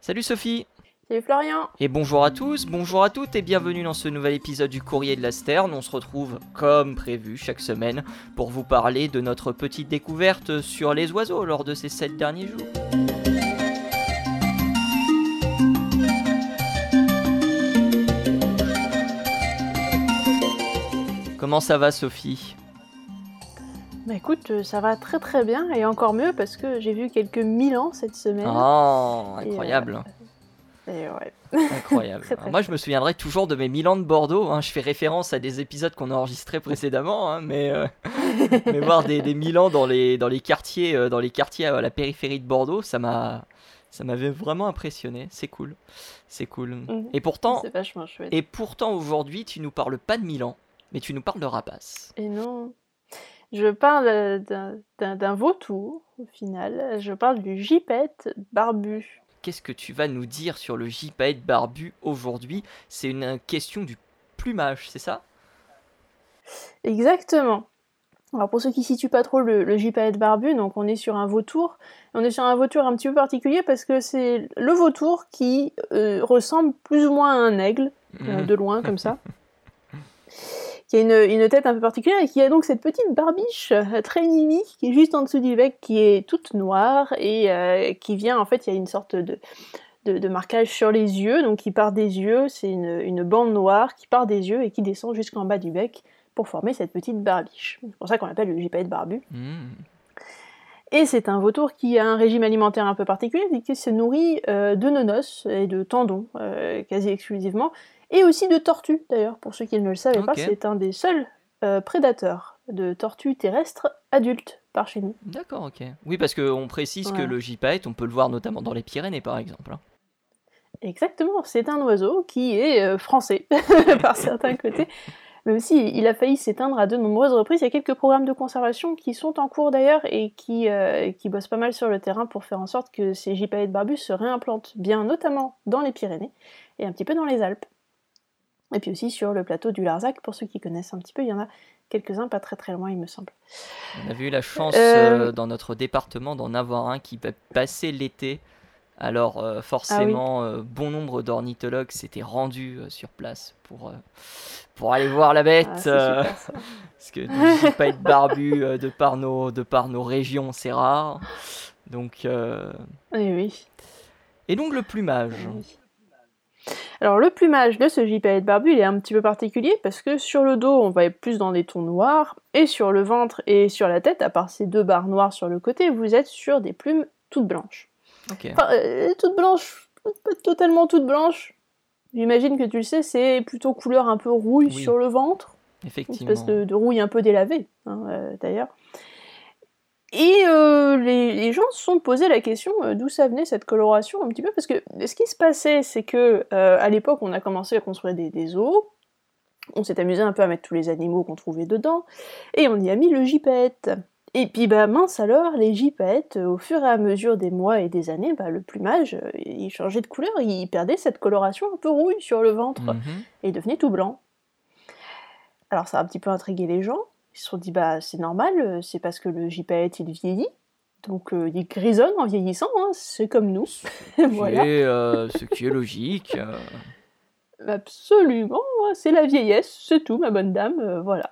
Salut Sophie. Salut Florian. Et bonjour à tous, bonjour à toutes et bienvenue dans ce nouvel épisode du Courrier de la Sterne. On se retrouve comme prévu chaque semaine pour vous parler de notre petite découverte sur les oiseaux lors de ces 7 derniers jours. Comment ça va Sophie ? Bah écoute, ça va très très bien et encore mieux parce que j'ai vu quelques Milan cette semaine. Oh, incroyable. Et ouais. Incroyable. Très, très moi je me souviendrai toujours de mes Milan de Bordeaux, je fais référence à des épisodes qu'on a enregistrés précédemment, mais voir des Milan dans les quartiers à la périphérie de Bordeaux, ça m'avait vraiment impressionné, c'est cool. Et pourtant, c'est vachement chouette. Et pourtant aujourd'hui tu nous parles pas de Milan, mais tu nous parles de rapace. Et non, je parle d'un vautour au final, je parle du gypaète barbu. Qu'est-ce que tu vas nous dire sur le gypaète barbu aujourd'hui ? C'est une question du plumage, c'est ça ? Exactement. Alors pour ceux qui ne situent pas trop le gypaète barbu, donc on est sur un vautour. On est sur un vautour un petit peu particulier parce que c'est le vautour qui ressemble plus ou moins à un aigle, de loin comme ça. Qui a une tête un peu particulière et qui a donc cette petite barbiche très mimique qui est juste en dessous du bec, qui est toute noire et qui vient, en fait, il y a une sorte de marquage sur les yeux, donc qui part des yeux, c'est une bande noire qui part des yeux et qui descend jusqu'en bas du bec pour former cette petite barbiche. C'est pour ça qu'on l'appelle le gypaète barbu. Et c'est un vautour qui a un régime alimentaire un peu particulier, et qui se nourrit de nonos et de tendons, quasi exclusivement, et aussi de tortues, d'ailleurs, pour ceux qui ne le savaient pas, c'est un des seuls prédateurs de tortues terrestres adultes par chez nous. D'accord, ok. Oui, parce qu'on précise que le gypaète, on peut le voir notamment dans les Pyrénées, par exemple. Exactement, c'est un oiseau qui est français, par certains côtés. Même s'il a failli s'éteindre à de nombreuses reprises, il y a quelques programmes de conservation qui sont en cours d'ailleurs et qui bossent pas mal sur le terrain pour faire en sorte que ces gypaètes barbus se réimplantent bien, notamment dans les Pyrénées et un petit peu dans les Alpes. Et puis aussi sur le plateau du Larzac, pour ceux qui connaissent un petit peu, il y en a quelques-uns pas très très loin il me semble. On avait eu la chance dans notre département d'en avoir un qui va passer l'été. Alors forcément, bon nombre d'ornithologues s'étaient rendus sur place pour aller voir la bête. Parce que du gypaète barbu de par nos régions, c'est rare. Donc, oui. Et donc le plumage. Oui. Alors le plumage de ce gypaète barbu, il est un petit peu particulier parce que sur le dos, on va être plus dans des tons noirs, et sur le ventre et sur la tête, à part ces deux barres noires sur le côté, vous êtes sur des plumes toutes blanches. Okay. Enfin, toutes blanches, pas totalement toutes blanches. J'imagine que tu le sais, c'est plutôt couleur un peu rouille sur le ventre. Effectivement. Une espèce de rouille un peu délavée, d'ailleurs. Et les gens se sont posé la question d'où ça venait cette coloration un petit peu, parce que ce qui se passait, c'est que à l'époque, on a commencé à construire des zoos, on s'est amusé un peu à mettre tous les animaux qu'on trouvait dedans, et on y a mis le gypaète. Et puis mince alors, les gypaètes, au fur et à mesure des mois et des années, le plumage, il changeait de couleur, il perdait cette coloration un peu rouille sur le ventre, et il devenait tout blanc. Alors ça a un petit peu intrigué les gens, ils se sont dit c'est normal, c'est parce que le gypaète il vieillit, donc il grisonne en vieillissant, c'est comme nous. Voilà. Ce qui est logique. Absolument, c'est la vieillesse, c'est tout ma bonne dame, voilà.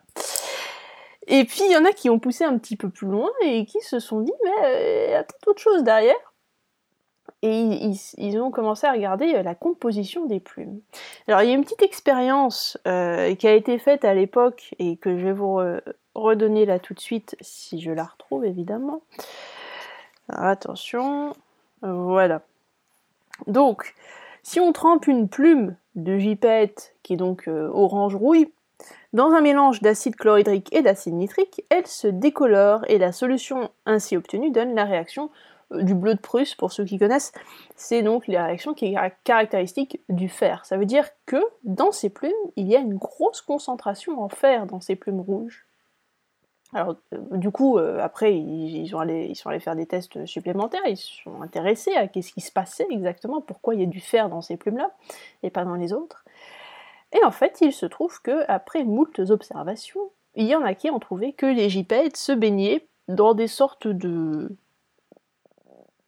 Et puis il y en a qui ont poussé un petit peu plus loin et qui se sont dit mais il y a peut-être autre chose derrière. Et ils ont commencé à regarder la composition des plumes. Alors il y a une petite expérience qui a été faite à l'époque et que je vais vous redonner là tout de suite si je la retrouve évidemment. Alors, attention, voilà. Donc, si on trempe une plume de gypaète qui est donc orange rouille dans un mélange d'acide chlorhydrique et d'acide nitrique, elle se décolore et la solution ainsi obtenue donne la réaction du bleu de Prusse, pour ceux qui connaissent, c'est donc la réaction qui est caractéristique du fer. Ça veut dire que dans ces plumes, il y a une grosse concentration en fer dans ces plumes rouges. Alors du coup, après, ils sont allés faire des tests supplémentaires, ils se sont intéressés à qu'est-ce qui se passait exactement, pourquoi il y a du fer dans ces plumes-là, et pas dans les autres. Et en fait, il se trouve qu'après moultes observations, il y en a qui ont trouvé que les gypaètes se baignaient dans des sortes de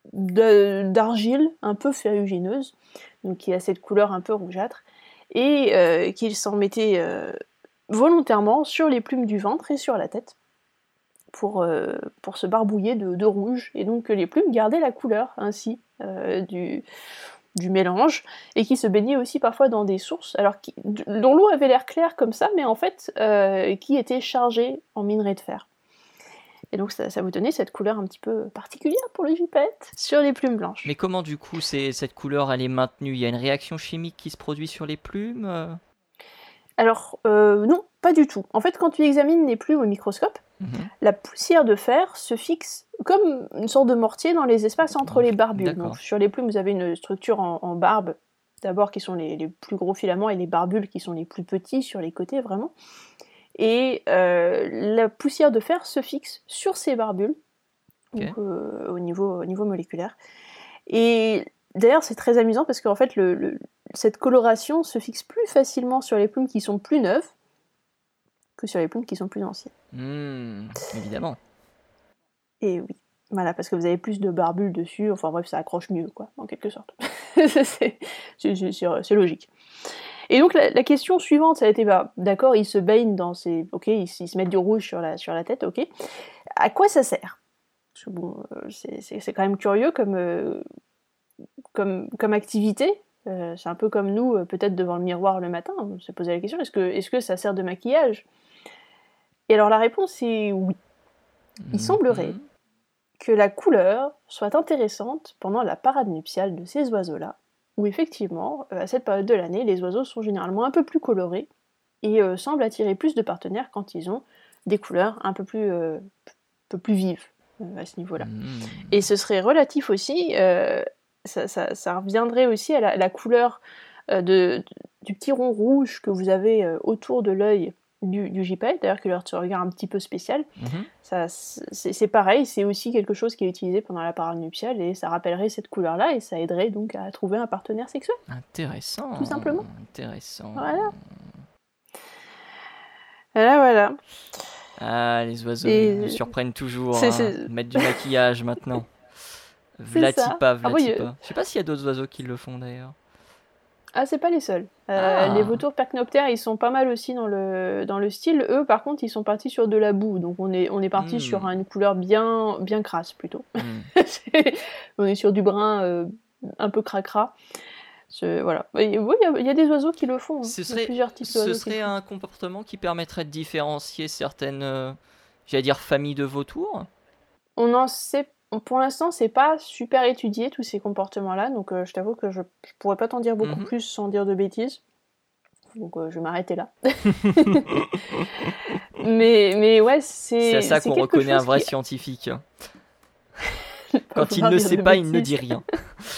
d'argile un peu ferrugineuse, donc qui a cette couleur un peu rougeâtre, et qu'il s'en mettait volontairement sur les plumes du ventre et sur la tête pour se barbouiller de rouge, et donc que les plumes gardaient la couleur ainsi du mélange, et qui se baignait aussi parfois dans des sources, dont l'eau avait l'air claire comme ça, mais en fait qui était chargée en minerai de fer. Et donc ça vous donnait cette couleur un petit peu particulière pour le gypaète sur les plumes blanches. Mais comment du coup cette couleur elle est maintenue? Il y a une réaction chimique qui se produit sur les plumes? Alors non, pas du tout. En fait, quand tu examines les plumes au microscope, la poussière de fer se fixe comme une sorte de mortier dans les espaces entre les barbules. Donc, sur les plumes, vous avez une structure en barbe, d'abord qui sont les plus gros filaments, et les barbules qui sont les plus petits sur les côtés vraiment. Et la poussière de fer se fixe sur ces barbules, donc, au niveau moléculaire. Et d'ailleurs, c'est très amusant parce qu'en fait, cette coloration se fixe plus facilement sur les plumes qui sont plus neuves que sur les plumes qui sont plus anciennes. Évidemment. Et oui, voilà, parce que vous avez plus de barbules dessus, enfin bref, ça accroche mieux, quoi, en quelque sorte. c'est logique. Et donc la question suivante, ça a été, d'accord, ils se baignent dans ces... Ok, ils se mettent du rouge sur la tête, ok. À quoi ça sert? Parce que bon, c'est quand même curieux comme activité. C'est un peu comme nous, peut-être devant le miroir le matin, on s'est posé la question, est-ce que ça sert de maquillage? Et alors la réponse est oui. Il semblerait que la couleur soit intéressante pendant la parade nuptiale de ces oiseaux-là, où effectivement, à cette période de l'année, les oiseaux sont généralement un peu plus colorés et semblent attirer plus de partenaires quand ils ont des couleurs un peu plus vives à ce niveau-là. Et ce serait relatif aussi, ça reviendrait aussi à la couleur du petit rond rouge que vous avez autour de l'œil du gypaète, d'ailleurs que leur regard un petit peu spécial. C'est pareil, c'est aussi quelque chose qui est utilisé pendant la parade nuptiale, et ça rappellerait cette couleur-là, et ça aiderait donc à trouver un partenaire sexuel. Intéressant. Tout simplement. Intéressant. Voilà. Ah, les oiseaux me surprennent toujours. Mettre du maquillage maintenant. Vlatipa. Je sais pas s'il y a d'autres oiseaux qui le font d'ailleurs. Ah, c'est pas les seuls. Les vautours percnoptères, ils sont pas mal aussi dans le style. Eux, par contre, ils sont partis sur de la boue. Donc on est parti sur une couleur bien crasse plutôt. On est sur du brun un peu cracra. Voilà. Il y a des oiseaux qui le font. Ce serait un comportement qui permettrait de différencier certaines, j'allais dire, familles de vautours? On en sait. Pour l'instant, c'est pas super étudié tous ces comportements-là, donc je t'avoue que je pourrais pas t'en dire beaucoup plus sans dire de bêtises. Donc je vais m'arrêter là. mais ouais, c'est à ça qu'on reconnaît un vrai scientifique. Quand il ne sait pas, il ne dit rien.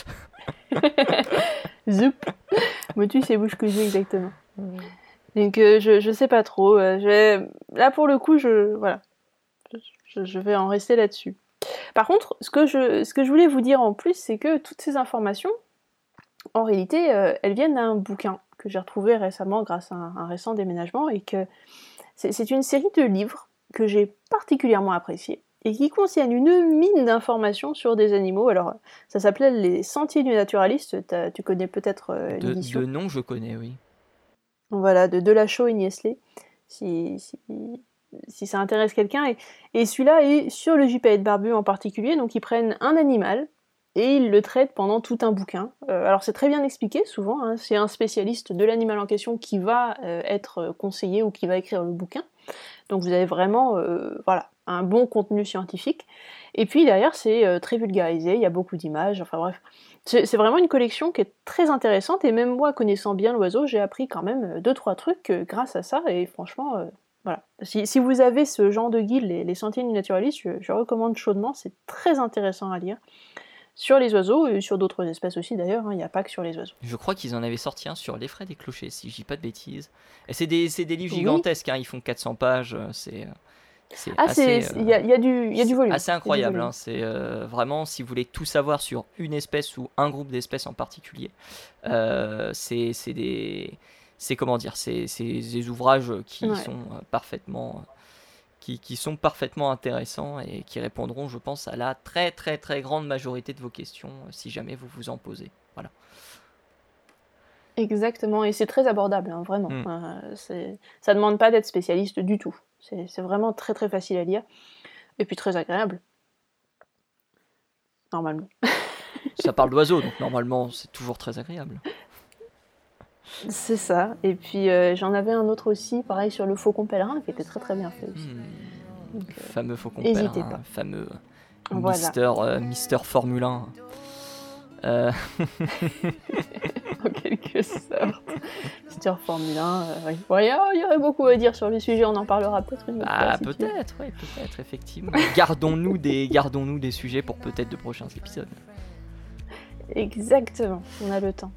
Zoup. Motus et bouche cousue, exactement. Donc je sais pas trop. Là pour le coup, je vais en rester là-dessus. Par contre, ce que je voulais vous dire en plus, c'est que toutes ces informations, en réalité, elles viennent d'un bouquin que j'ai retrouvé récemment grâce à un récent déménagement, et que c'est une série de livres que j'ai particulièrement appréciés et qui contiennent une mine d'informations sur des animaux. Alors, ça s'appelait Les Sentiers du Naturaliste, tu connais peut-être l'édition. De nom, je connais, oui. Voilà, de Delachaux et Niestlé, si ça intéresse quelqu'un. Et celui-là est sur le gypaète barbu en particulier, donc ils prennent un animal et ils le traitent pendant tout un bouquin. Alors c'est très bien expliqué souvent, hein, c'est un spécialiste de l'animal en question qui va être conseillé ou qui va écrire le bouquin. Donc vous avez vraiment un bon contenu scientifique. Et puis derrière c'est très vulgarisé, il y a beaucoup d'images, enfin bref. C'est vraiment une collection qui est très intéressante, et même moi, connaissant bien l'oiseau, j'ai appris quand même 2-3 trucs grâce à ça, et franchement... Voilà. Si vous avez ce genre de guide, les Sentiers du Naturaliste, je recommande chaudement, c'est très intéressant à lire. Sur les oiseaux, et sur d'autres espèces aussi d'ailleurs, il n'y a pas que sur les oiseaux. Je crois qu'ils en avaient sorti un sur l'effraie des clochers, si je dis pas de bêtises. Et c'est des livres gigantesques, ils font 400 pages, il y a du volume. Assez incroyable, c'est vraiment, si vous voulez tout savoir sur une espèce ou un groupe d'espèces en particulier, c'est des ouvrages qui sont parfaitement qui sont parfaitement intéressants et qui répondront, je pense, à la très très très grande majorité de vos questions, si jamais vous vous en posez. Voilà. Exactement, et c'est très abordable, hein, vraiment. Ça demande pas d'être spécialiste du tout. C'est vraiment très très facile à lire, et puis très agréable. Normalement. Ça parle d'oiseaux, donc normalement c'est toujours très agréable. C'est ça, et puis j'en avais un autre aussi, pareil, sur le faucon pèlerin, qui était très très bien fait aussi. Donc, fameux faucon n'hésitez pèlerin, pas. fameux Voilà. Mister Formule 1. En quelque sorte. Mister Formule 1, oui. Bon, il y aurait beaucoup à dire sur le sujet, on en parlera peut-être une autre fois. Ah, peut-être, oui, peut-être, effectivement. Gardons-nous des sujets pour peut-être de prochains épisodes. Exactement, on a le temps.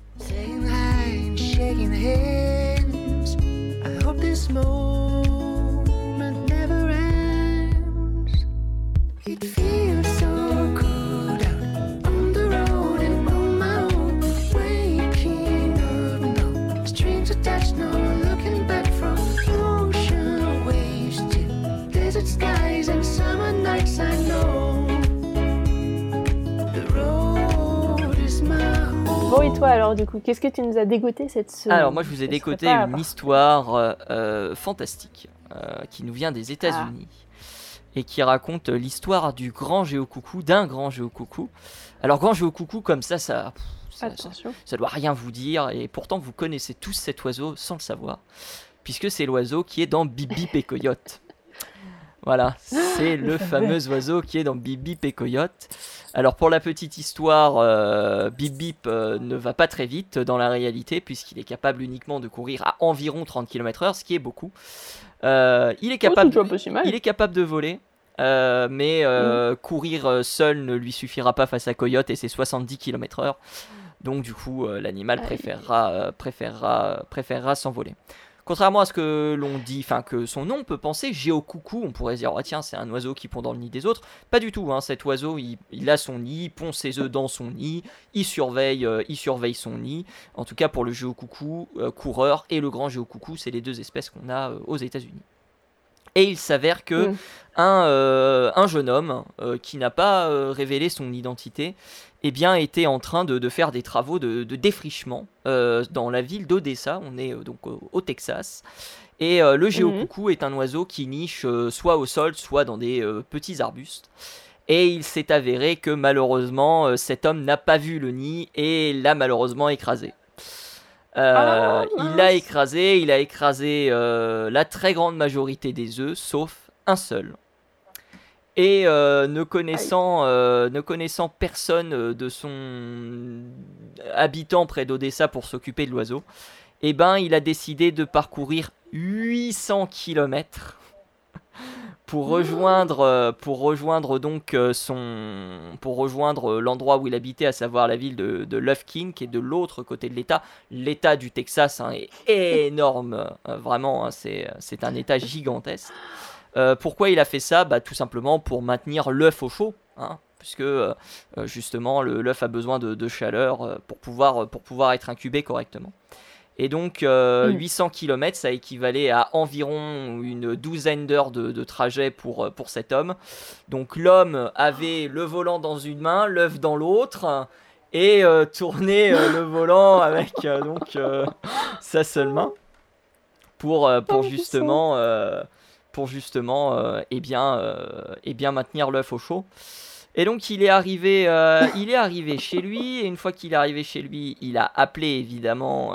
Bon, et toi alors, du coup, qu'est-ce que tu nous as dégoté cette semaine? Alors, moi, je vous ai dégoté une histoire fantastique qui nous vient des États-Unis et qui raconte l'histoire du grand géocoucou, d'un grand géocoucou. Alors, grand géocoucou, comme ça doit rien vous dire, et pourtant, vous connaissez tous cet oiseau sans le savoir, puisque c'est l'oiseau qui est dans Bip Bip et Coyote. Voilà, c'est le fameux oiseau qui est dans Bip Bip et Coyote. Alors pour la petite histoire, Bip Bip ne va pas très vite dans la réalité, puisqu'il est capable uniquement de courir à environ 30 km/h, ce qui est beaucoup. Il est capable de voler, mais courir seul ne lui suffira pas face à Coyote et c'est 70 km/h. Donc du coup, l'animal préférera s'envoler. Contrairement à ce que l'on dit, enfin que son nom peut penser, géocoucou, on pourrait se dire, oh, tiens, c'est un oiseau qui pond dans le nid des autres. Pas du tout, hein, cet oiseau, il a son nid, il pond ses œufs dans son nid, il surveille son nid. En tout cas, pour le géocoucou coureur et le grand géocoucou, c'est les deux espèces qu'on a aux États-Unis. Et il s'avère que un jeune homme qui n'a pas révélé son identité, eh bien, était en train de faire des travaux de défrichement dans la ville d'Odessa. On est donc au Texas. Et le géocoucou est un oiseau qui niche soit au sol, soit dans des petits arbustes. Et il s'est avéré que malheureusement, cet homme n'a pas vu le nid et l'a malheureusement écrasé. Il a écrasé la très grande majorité des œufs, sauf un seul. Et ne connaissant personne de son habitant près d'Odessa pour s'occuper de l'oiseau, eh ben, il a décidé de parcourir 800 km pour rejoindre l'endroit où il habitait, à savoir la ville de Lufkin, qui est de l'autre côté de l'État. L'État du Texas est énorme, vraiment, hein, c'est un État gigantesque. Pourquoi il a fait ça? Tout simplement pour maintenir l'œuf au chaud, hein, puisque justement l'œuf a besoin de chaleur pour pouvoir être incubé correctement. Et donc 800 km, ça équivalait à environ une douzaine d'heures de trajet pour cet homme. Donc l'homme avait le volant dans une main, l'œuf dans l'autre, et tournait le volant avec sa seule main pour justement maintenir l'œuf au chaud. Et donc il est arrivé chez lui, et une fois qu'il est arrivé chez lui, il a appelé évidemment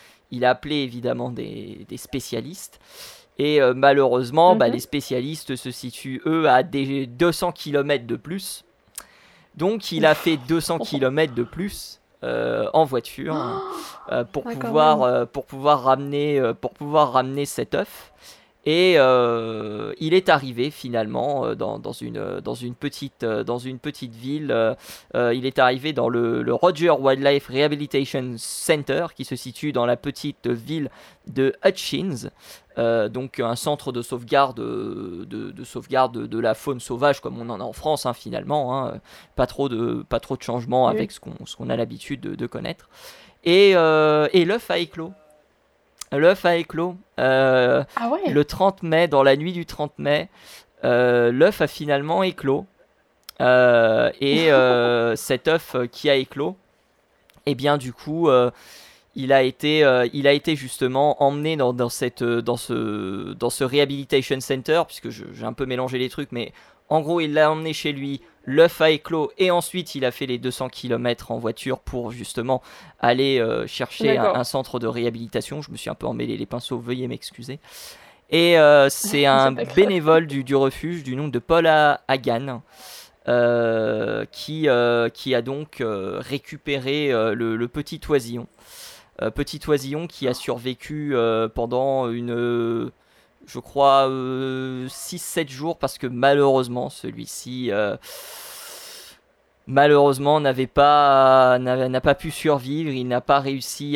des spécialistes. Et malheureusement, les spécialistes se situent, eux, à des 200 km de plus. Donc il a fait 200 km de plus en voiture pour pouvoir ramener cet œuf. Et il est arrivé finalement dans une petite ville. Il est arrivé dans le Roger Wildlife Rehabilitation Center, qui se situe dans la petite ville de Hutchins. Donc un centre de sauvegarde de la faune sauvage, comme on en a en France, hein, finalement, hein. Pas trop de changements avec ce qu'on a l'habitude de connaître. Et l'œuf a éclos. L'œuf a éclos. Ah ouais. Le 30 mai, dans la nuit du 30 mai, l'œuf a finalement éclos. Et cet œuf qui a éclos, et bien du coup, il a été justement emmené dans ce Rehabilitation Center, puisque j'ai un peu mélangé les trucs, mais en gros, il l'a emmené chez lui, l'œuf a éclos, et ensuite il a fait les 200 km en voiture pour justement aller chercher un centre de réhabilitation. Je me suis un peu emmêlé les pinceaux, veuillez m'excuser. Et c'est un bénévole du refuge du nom de Paul Hagan. Qui a donc récupéré le petit oisillon. Petit oisillon qui a survécu pendant je crois, 6-7 jours, parce que malheureusement, celui-ci, n'a pas pu survivre. Il n'a pas réussi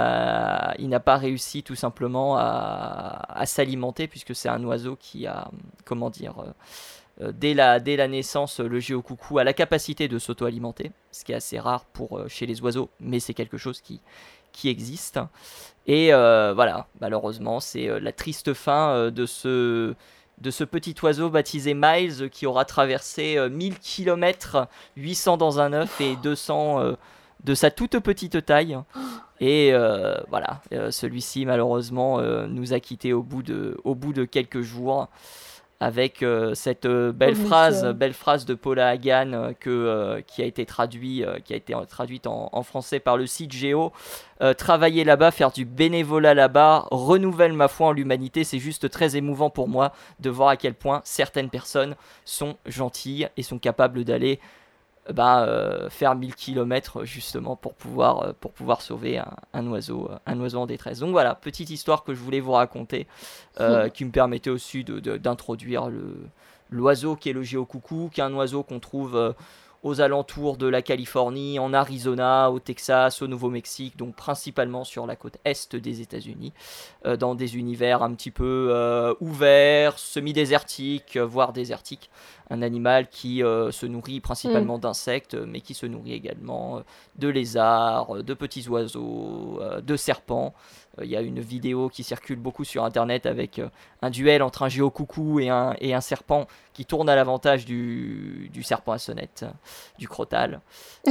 tout simplement à s'alimenter, puisque c'est un oiseau qui a, comment dire, dès la naissance, le géocoucou a la capacité de s'auto-alimenter, ce qui est assez rare chez les oiseaux, mais c'est quelque chose qui existe. Et voilà, malheureusement, c'est la triste fin de ce petit oiseau baptisé Miles, qui aura traversé 1000 km, 800 dans un œuf et 200 de sa toute petite taille. Et voilà, celui-ci malheureusement nous a quittés au bout de quelques jours, avec cette belle phrase de Paula Hagan qui a été traduite en français par le site Géo. Travailler là-bas, faire du bénévolat là-bas, renouvelle ma foi en l'humanité. C'est juste très émouvant pour moi de voir à quel point certaines personnes sont gentilles et sont capables d'aller faire 1000 km justement pour pouvoir sauver un oiseau en détresse. Donc voilà, petite histoire que je voulais vous raconter, qui me permettait aussi d'introduire l'oiseau qui est le géocoucou, qui est un oiseau qu'on trouve aux alentours de la Californie, en Arizona, au Texas, au Nouveau-Mexique, donc principalement sur la côte est des États-Unis, dans des univers un petit peu ouverts, semi-désertiques, voire désertiques. Un animal qui se nourrit principalement d'insectes, mais qui se nourrit également de lézards, de petits oiseaux, de serpents. Il y a une vidéo qui circule beaucoup sur internet avec un duel entre un géocoucou et un serpent qui tourne à l'avantage du serpent à sonnette, du crotal.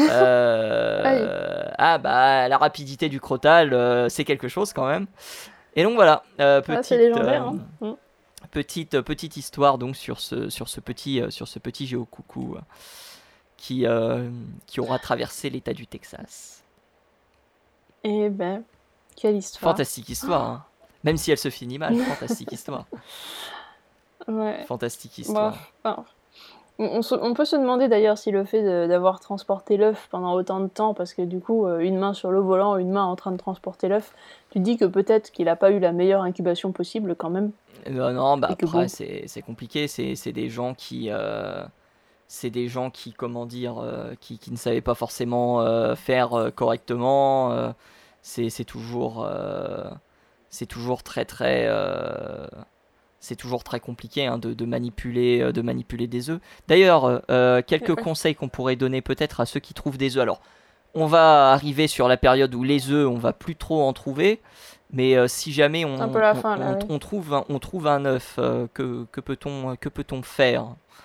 La rapidité du crotal, c'est quelque chose quand même. Et donc voilà, c'est légendaire. petite histoire donc sur ce petit géocoucou qui aura traversé l'État du Texas. Eh ben, quelle histoire. Fantastique histoire, hein. Même si elle se finit mal, fantastique histoire. Ouais. Fantastique histoire. On peut se demander d'ailleurs si le fait d'avoir transporté l'œuf pendant autant de temps, parce que du coup, une main sur le volant, une main en train de transporter l'œuf, tu te dis que peut-être qu'il n'a pas eu la meilleure incubation possible quand même. Non, après, c'est compliqué, c'est des gens qui... comment dire, qui ne savaient pas forcément faire correctement. C'est toujours très c'est toujours très compliqué, hein, de manipuler des œufs. D'ailleurs, quelques conseils qu'on pourrait donner peut-être à ceux qui trouvent des œufs. Alors, on va arriver sur la période où les œufs, on va plus trop en trouver. Mais si jamais on trouve un œuf, que peut-on faire ?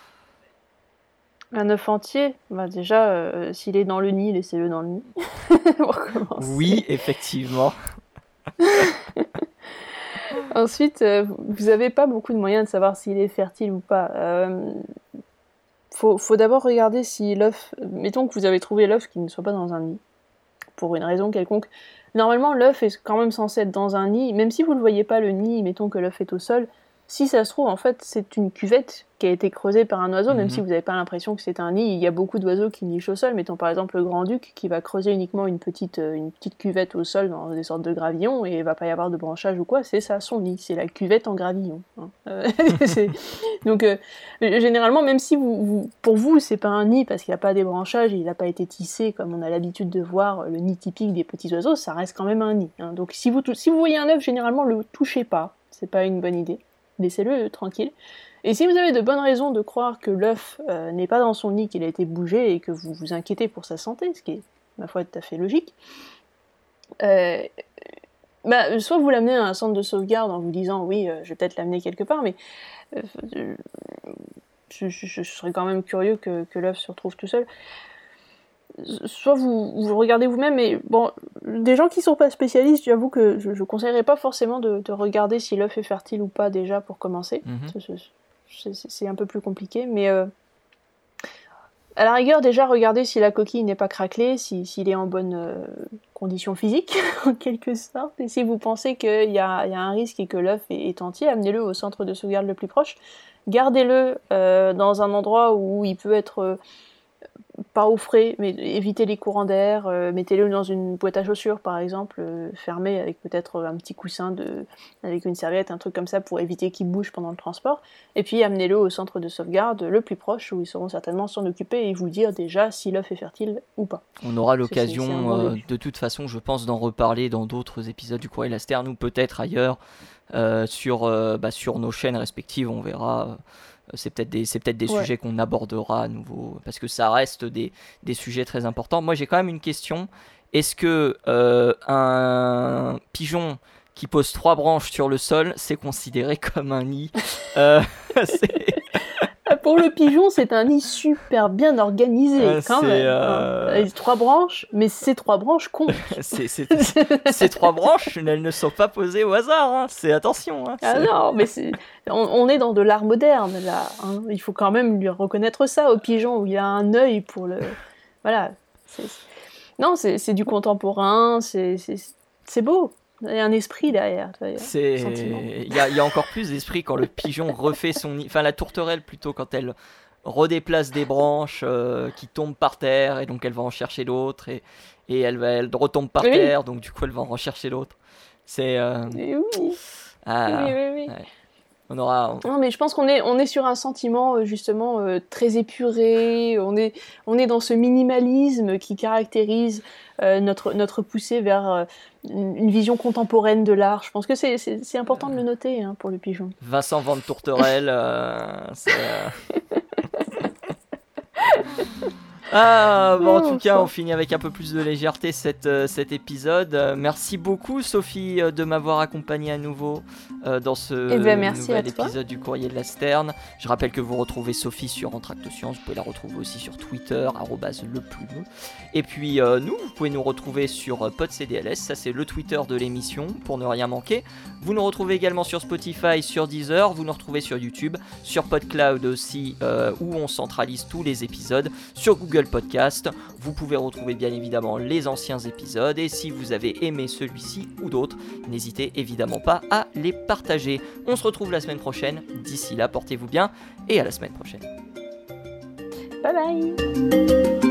Un œuf entier, déjà, s'il est dans le nid, laissez-le dans le nid. Pour commencer. Oui, effectivement. Ensuite, vous n'avez pas beaucoup de moyens de savoir s'il est fertile ou pas. Faut d'abord regarder si l'œuf... Mettons que vous avez trouvé l'œuf qui ne soit pas dans un nid, pour une raison quelconque. Normalement, l'œuf est quand même censé être dans un nid, même si vous ne le voyez pas, le nid, mettons que l'œuf est au sol. Si ça se trouve, en fait, c'est une cuvette qui a été creusée par un oiseau, même si vous n'avez pas l'impression que c'est un nid. Il y a beaucoup d'oiseaux qui nichent au sol, mettons par exemple le grand-duc qui va creuser uniquement une petite cuvette au sol dans des sortes de gravillons, et il ne va pas y avoir de branchage ou quoi, c'est ça son nid, c'est la cuvette en gravillon. Donc, généralement, même si pour vous, c'est pas un nid parce qu'il n'y a pas des branchages, il n'a pas été tissé comme on a l'habitude de voir le nid typique des petits oiseaux, ça reste quand même un nid. Hein. Donc si vous voyez un œuf, généralement, le touchez pas, c'est pas une bonne idée. Laissez-le tranquille. Et si vous avez de bonnes raisons de croire que l'œuf n'est pas dans son nid, qu'il a été bougé et que vous vous inquiétez pour sa santé, ce qui est, ma foi, tout à fait logique, soit vous l'amenez à un centre de sauvegarde en vous disant oui, je vais peut-être l'amener quelque part, mais je serais quand même curieux que l'œuf se retrouve tout seul. Soit vous regardez vous-même, mais bon, des gens qui sont pas spécialistes, j'avoue que je conseillerais pas forcément de regarder si l'œuf est fertile ou pas déjà pour commencer. C'est un peu plus compliqué, mais à la rigueur, déjà, regardez si la coquille n'est pas craquelée, s'il est en bonne condition physique, en quelque sorte. Et si vous pensez qu'il y a un risque et que l'œuf est entier, amenez-le au centre de sauvegarde le plus proche. Gardez-le dans un endroit où il peut être pas au frais, mais évitez les courants d'air. Mettez-le dans une boîte à chaussures, par exemple, fermée avec peut-être un petit coussin avec une serviette, un truc comme ça pour éviter qu'il bouge pendant le transport. Et puis amenez-le au centre de sauvegarde le plus proche où ils sauront certainement s'en occuper et vous dire déjà si l'œuf est fertile ou pas. On aura l'occasion de toute façon, je pense, d'en reparler dans d'autres épisodes du Courrier de la Sterne ou peut-être ailleurs sur nos chaînes respectives. On verra. C'est peut-être des sujets qu'on abordera à nouveau parce que ça reste des sujets très importants. Moi, j'ai quand même une question. Est-ce que un pigeon qui pose 3 branches sur le sol, c'est considéré comme un nid? Pour le pigeon, c'est un nid super bien organisé quand même. 3 branches, mais ces 3 branches comptent. Ces 3 branches, elles ne sont pas posées au hasard. Hein. Attention. Hein, non, mais on est dans de l'art moderne là. Hein. Il faut quand même lui reconnaître ça au pigeon où il y a un œil pour le. Voilà. Non, c'est du contemporain. C'est beau. Il y a un esprit derrière. Il y a encore plus d'esprit quand le pigeon refait son nid. Enfin, la tourterelle plutôt, quand elle redéplace des branches qui tombent par terre et donc elle va en chercher d'autres et elle retombe par terre, donc du coup elle va en rechercher d'autres. C'est. Oui. Ouais. On aura. Non, mais je pense qu'on est sur un sentiment justement très épuré. On est dans ce minimalisme qui caractérise notre poussée vers une vision contemporaine de l'art. Je pense que c'est important de le noter hein, pour le pigeon. Vincent Van Tourterelle, en tout cas, on finit avec un peu plus de légèreté cet épisode. Merci beaucoup, Sophie, de m'avoir accompagné à nouveau dans ce nouvel épisode du Courrier de la Sterne. Je rappelle que vous retrouvez Sophie sur Entracte Science. Vous pouvez la retrouver aussi sur Twitter, @leplumeau. Et puis, vous pouvez nous retrouver sur PodCDLS. Ça, c'est le Twitter de l'émission, pour ne rien manquer. Vous nous retrouvez également sur Spotify, sur Deezer. Vous nous retrouvez sur YouTube, sur PodCloud aussi, où on centralise tous les épisodes, sur Google Podcast. Vous pouvez retrouver bien évidemment les anciens épisodes et si vous avez aimé celui-ci ou d'autres, n'hésitez évidemment pas à les partager. On se retrouve la semaine prochaine. D'ici là, portez-vous bien et à la semaine prochaine. Bye bye.